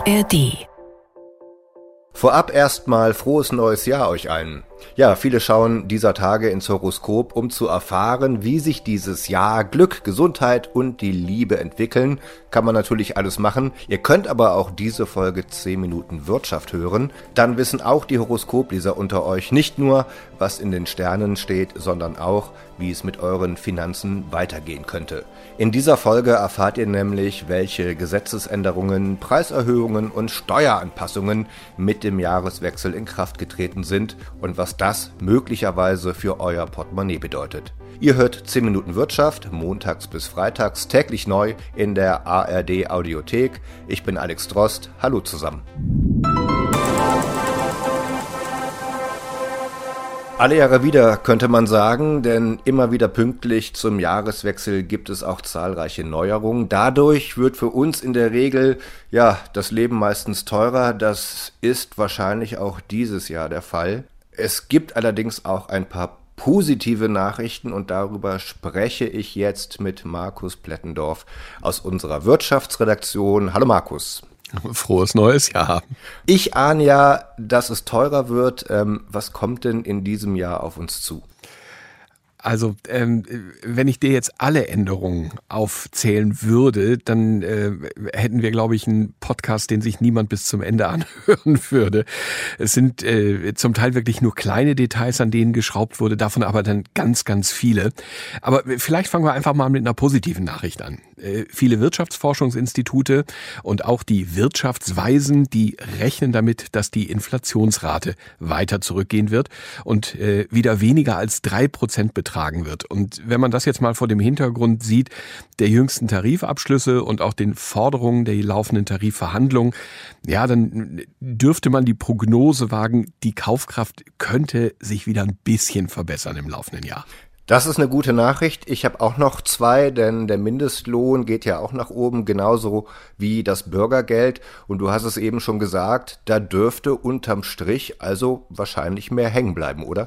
ARD. Vorab erstmal frohes neues Jahr euch allen. Ja, viele schauen dieser Tage ins Horoskop, um zu erfahren, wie sich dieses Jahr Glück, Gesundheit und die Liebe entwickeln. Kann man natürlich alles machen. Ihr könnt aber auch diese Folge 10 Minuten Wirtschaft hören. Dann wissen auch die Horoskopleser unter euch nicht nur, was in den Sternen steht, sondern auch, wie es mit euren Finanzen weitergehen könnte. In dieser Folge erfahrt ihr nämlich, welche Gesetzesänderungen, Preiserhöhungen und Steueranpassungen mit dem Jahreswechsel in Kraft getreten sind und was das möglicherweise für euer Portemonnaie bedeutet. Ihr hört 10 Minuten Wirtschaft, montags bis freitags, täglich neu in der ARD Audiothek. Ich bin Alex Drost. Hallo zusammen. Alle Jahre wieder, könnte man sagen, denn immer wieder pünktlich zum Jahreswechsel gibt es auch zahlreiche Neuerungen. Dadurch wird für uns in der Regel, das Leben meistens teurer. Das ist wahrscheinlich auch dieses Jahr der Fall. Es gibt allerdings auch ein paar positive Nachrichten und darüber spreche ich jetzt mit Markus Plettendorf aus unserer Wirtschaftsredaktion. Hallo Markus. Frohes neues Jahr. Ich ahne ja, dass es teurer wird. Was kommt denn in diesem Jahr auf uns zu? Also, wenn ich dir jetzt alle Änderungen aufzählen würde, dann hätten wir, glaube ich, einen Podcast, den sich niemand bis zum Ende anhören würde. Es sind zum Teil wirklich nur kleine Details, an denen geschraubt wurde, davon aber dann ganz, ganz viele. Aber vielleicht fangen wir einfach mal mit einer positiven Nachricht an. Viele Wirtschaftsforschungsinstitute und auch die Wirtschaftsweisen, die rechnen damit, dass die Inflationsrate weiter zurückgehen wird und wieder weniger als 3% betragen wird. Und wenn man das jetzt mal vor dem Hintergrund sieht, der jüngsten Tarifabschlüsse und auch den Forderungen der laufenden Tarifverhandlungen, dann dürfte man die Prognose wagen, die Kaufkraft könnte sich wieder ein bisschen verbessern im laufenden Jahr. Das ist eine gute Nachricht. Ich habe auch noch 2, denn der Mindestlohn geht ja auch nach oben, genauso wie das Bürgergeld. Und du hast es eben schon gesagt, da dürfte unterm Strich also wahrscheinlich mehr hängen bleiben, oder?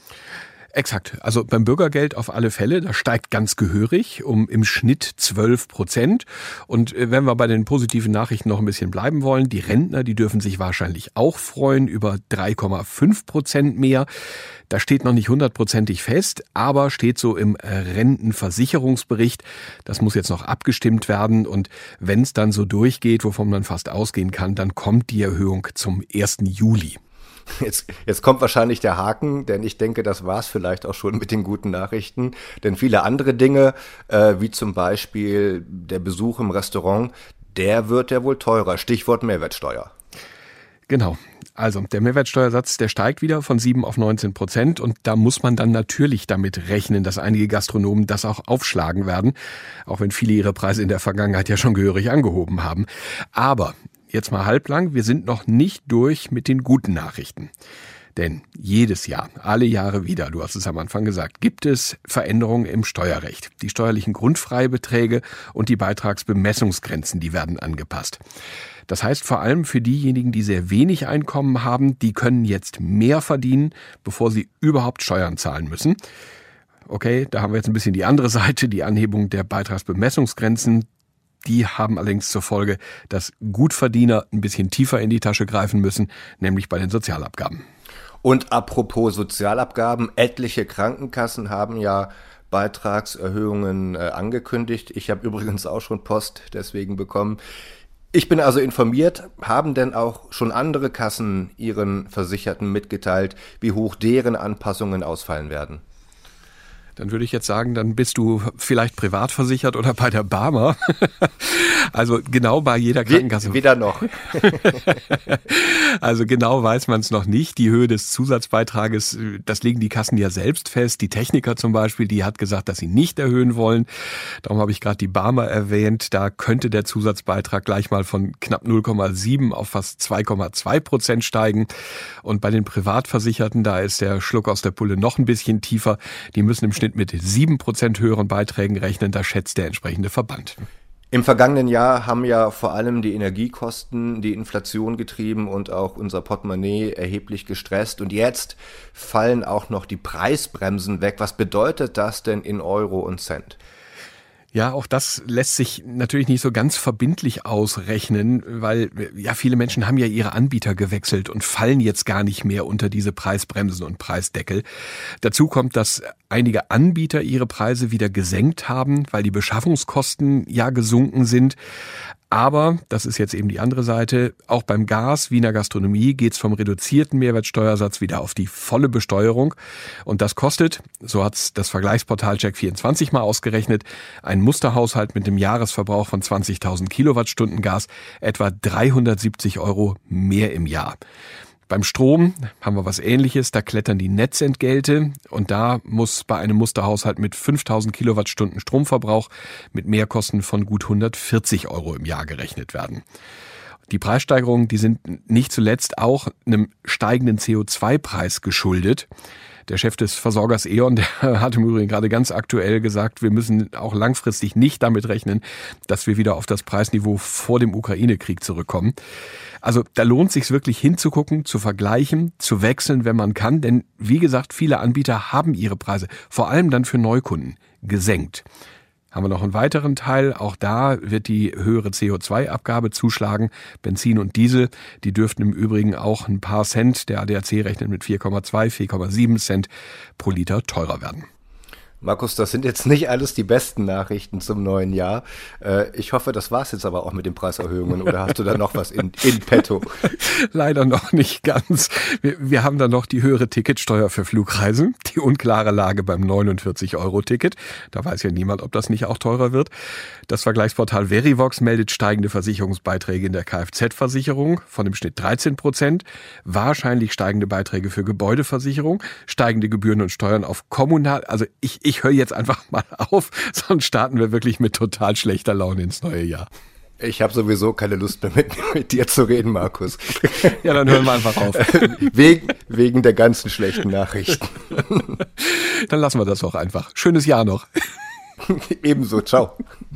Exakt. Also beim Bürgergeld auf alle Fälle, das steigt ganz gehörig um im Schnitt 12%. Und wenn wir bei den positiven Nachrichten noch ein bisschen bleiben wollen, die Rentner, die dürfen sich wahrscheinlich auch freuen über 3,5% mehr. Das steht noch nicht 100%ig fest, aber steht so im Rentenversicherungsbericht. Das muss jetzt noch abgestimmt werden und wenn es dann so durchgeht, wovon man fast ausgehen kann, dann kommt die Erhöhung zum 1. Juli. Jetzt kommt wahrscheinlich der Haken, denn ich denke, das war's vielleicht auch schon mit den guten Nachrichten. Denn viele andere Dinge, wie zum Beispiel der Besuch im Restaurant, der wird ja wohl teurer. Stichwort Mehrwertsteuer. Genau. Also der Mehrwertsteuersatz, der steigt wieder von 7 auf 19% und da muss man dann natürlich damit rechnen, dass einige Gastronomen das auch aufschlagen werden, auch wenn viele ihre Preise in der Vergangenheit ja schon gehörig angehoben haben. Aber jetzt mal halblang, wir sind noch nicht durch mit den guten Nachrichten. Denn jedes Jahr, alle Jahre wieder, du hast es am Anfang gesagt, gibt es Veränderungen im Steuerrecht. Die steuerlichen Grundfreibeträge und die Beitragsbemessungsgrenzen, die werden angepasst. Das heißt vor allem für diejenigen, die sehr wenig Einkommen haben, die können jetzt mehr verdienen, bevor sie überhaupt Steuern zahlen müssen. Okay, da haben wir jetzt ein bisschen die andere Seite, die Anhebung der Beitragsbemessungsgrenzen. Die haben allerdings zur Folge, dass Gutverdiener ein bisschen tiefer in die Tasche greifen müssen, nämlich bei den Sozialabgaben. Und apropos Sozialabgaben, etliche Krankenkassen haben ja Beitragserhöhungen angekündigt. Ich habe übrigens auch schon Post deswegen bekommen. Ich bin also informiert. Haben denn auch schon andere Kassen ihren Versicherten mitgeteilt, wie hoch deren Anpassungen ausfallen werden? Dann würde ich jetzt sagen, dann bist du vielleicht privat versichert oder bei der Barmer. Also genau bei jeder Krankenkasse. Weder noch. Also genau weiß man es noch nicht. Die Höhe des Zusatzbeitrages, das legen die Kassen ja selbst fest. Die Techniker zum Beispiel, die hat gesagt, dass sie nicht erhöhen wollen. Darum habe ich gerade die Barmer erwähnt. Da könnte der Zusatzbeitrag gleich mal von knapp 0,7 auf fast 2,2% steigen. Und bei den Privatversicherten, da ist der Schluck aus der Pulle noch ein bisschen tiefer. Die müssen im Schnitt mit 7% höheren Beiträgen rechnen, da schätzt der entsprechende Verband. Im vergangenen Jahr haben ja vor allem die Energiekosten die Inflation getrieben und auch unser Portemonnaie erheblich gestresst. Und jetzt fallen auch noch die Preisbremsen weg. Was bedeutet das denn in Euro und Cent? Ja, auch das lässt sich natürlich nicht so ganz verbindlich ausrechnen, weil ja viele Menschen haben ja ihre Anbieter gewechselt und fallen jetzt gar nicht mehr unter diese Preisbremsen und Preisdeckel. Dazu kommt, dass einige Anbieter ihre Preise wieder gesenkt haben, weil die Beschaffungskosten ja gesunken sind. Aber, das ist jetzt eben die andere Seite, auch beim Gas, Wiener Gastronomie, geht's vom reduzierten Mehrwertsteuersatz wieder auf die volle Besteuerung. Und das kostet, so hat's das Vergleichsportal Check24 mal ausgerechnet, ein Musterhaushalt mit einem Jahresverbrauch von 20.000 Kilowattstunden Gas etwa 370 € mehr im Jahr. Beim Strom haben wir was Ähnliches, da klettern die Netzentgelte und da muss bei einem Musterhaushalt mit 5.000 Kilowattstunden Stromverbrauch mit Mehrkosten von gut 140 € im Jahr gerechnet werden. Die Preissteigerungen, die sind nicht zuletzt auch einem steigenden CO2-Preis geschuldet. Der Chef des Versorgers E.ON, der hat im Übrigen gerade ganz aktuell gesagt, wir müssen auch langfristig nicht damit rechnen, dass wir wieder auf das Preisniveau vor dem Ukraine-Krieg zurückkommen. Also da lohnt es sich wirklich hinzugucken, zu vergleichen, zu wechseln, wenn man kann. Denn wie gesagt, viele Anbieter haben ihre Preise, vor allem dann für Neukunden, gesenkt. Haben wir noch einen weiteren Teil, auch da wird die höhere CO2-Abgabe zuschlagen. Benzin und Diesel, die dürften im Übrigen auch ein paar Cent, der ADAC rechnet mit 4,2, 4,7 Cent pro Liter teurer werden. Markus, das sind jetzt nicht alles die besten Nachrichten zum neuen Jahr. Ich hoffe, das war's jetzt aber auch mit den Preiserhöhungen. Oder hast du da noch was in petto? Leider noch nicht ganz. Wir haben da noch die höhere Ticketsteuer für Flugreisen, die unklare Lage beim 49-Euro-Ticket. Da weiß ja niemand, ob das nicht auch teurer wird. Das Vergleichsportal Verivox meldet steigende Versicherungsbeiträge in der Kfz-Versicherung von im Schnitt 13%. Wahrscheinlich steigende Beiträge für Gebäudeversicherung, steigende Gebühren und Steuern auf kommunal. Also ich höre jetzt einfach mal auf, sonst starten wir wirklich mit total schlechter Laune ins neue Jahr. Ich habe sowieso keine Lust mehr mit dir zu reden, Markus. Ja, dann hören wir einfach auf. Wegen der ganzen schlechten Nachrichten. Dann lassen wir das auch einfach. Schönes Jahr noch. Ebenso, ciao.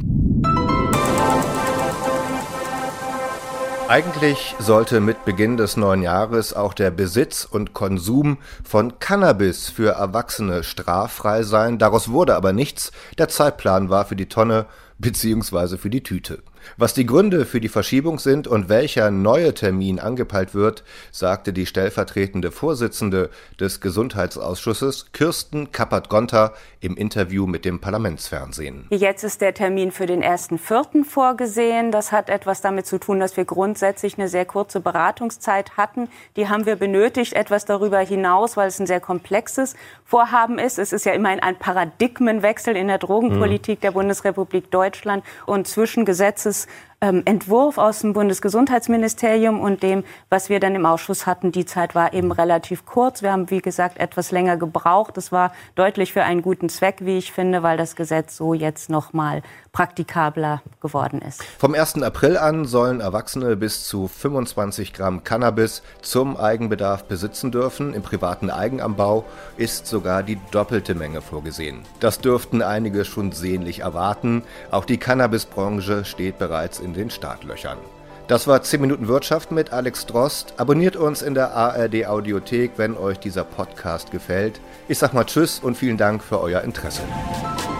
Eigentlich sollte mit Beginn des neuen Jahres auch der Besitz und Konsum von Cannabis für Erwachsene straffrei sein. Daraus wurde aber nichts. Der Zeitplan war für die Tonne bzw. für die Tüte. Was die Gründe für die Verschiebung sind und welcher neue Termin angepeilt wird, sagte die stellvertretende Vorsitzende des Gesundheitsausschusses, Kirsten Kappert-Gonter, im Interview mit dem Parlamentsfernsehen. Jetzt ist der Termin für den 1.4. vorgesehen. Das hat etwas damit zu tun, dass wir grundsätzlich eine sehr kurze Beratungszeit hatten. Die haben wir benötigt, etwas darüber hinaus, weil es ein sehr komplexes Vorhaben ist. Es ist ja immerhin ein Paradigmenwechsel in der Drogenpolitik der Bundesrepublik Deutschland und zwischen Gesetzesentwurf aus dem Bundesgesundheitsministerium und dem, was wir dann im Ausschuss hatten. Die Zeit war eben relativ kurz. Wir haben, wie gesagt, etwas länger gebraucht. Das war deutlich für einen guten Zweck, wie ich finde, weil das Gesetz so jetzt noch mal praktikabler geworden ist. Vom 1. April an sollen Erwachsene bis zu 25 Gramm Cannabis zum Eigenbedarf besitzen dürfen. Im privaten Eigenanbau ist sogar die doppelte Menge vorgesehen. Das dürften einige schon sehnlich erwarten. Auch die Cannabisbranche steht bereits in den Startlöchern. Das war 10 Minuten Wirtschaft mit Alex Drost. Abonniert uns in der ARD Audiothek, wenn euch dieser Podcast gefällt. Ich sag mal Tschüss und vielen Dank für euer Interesse.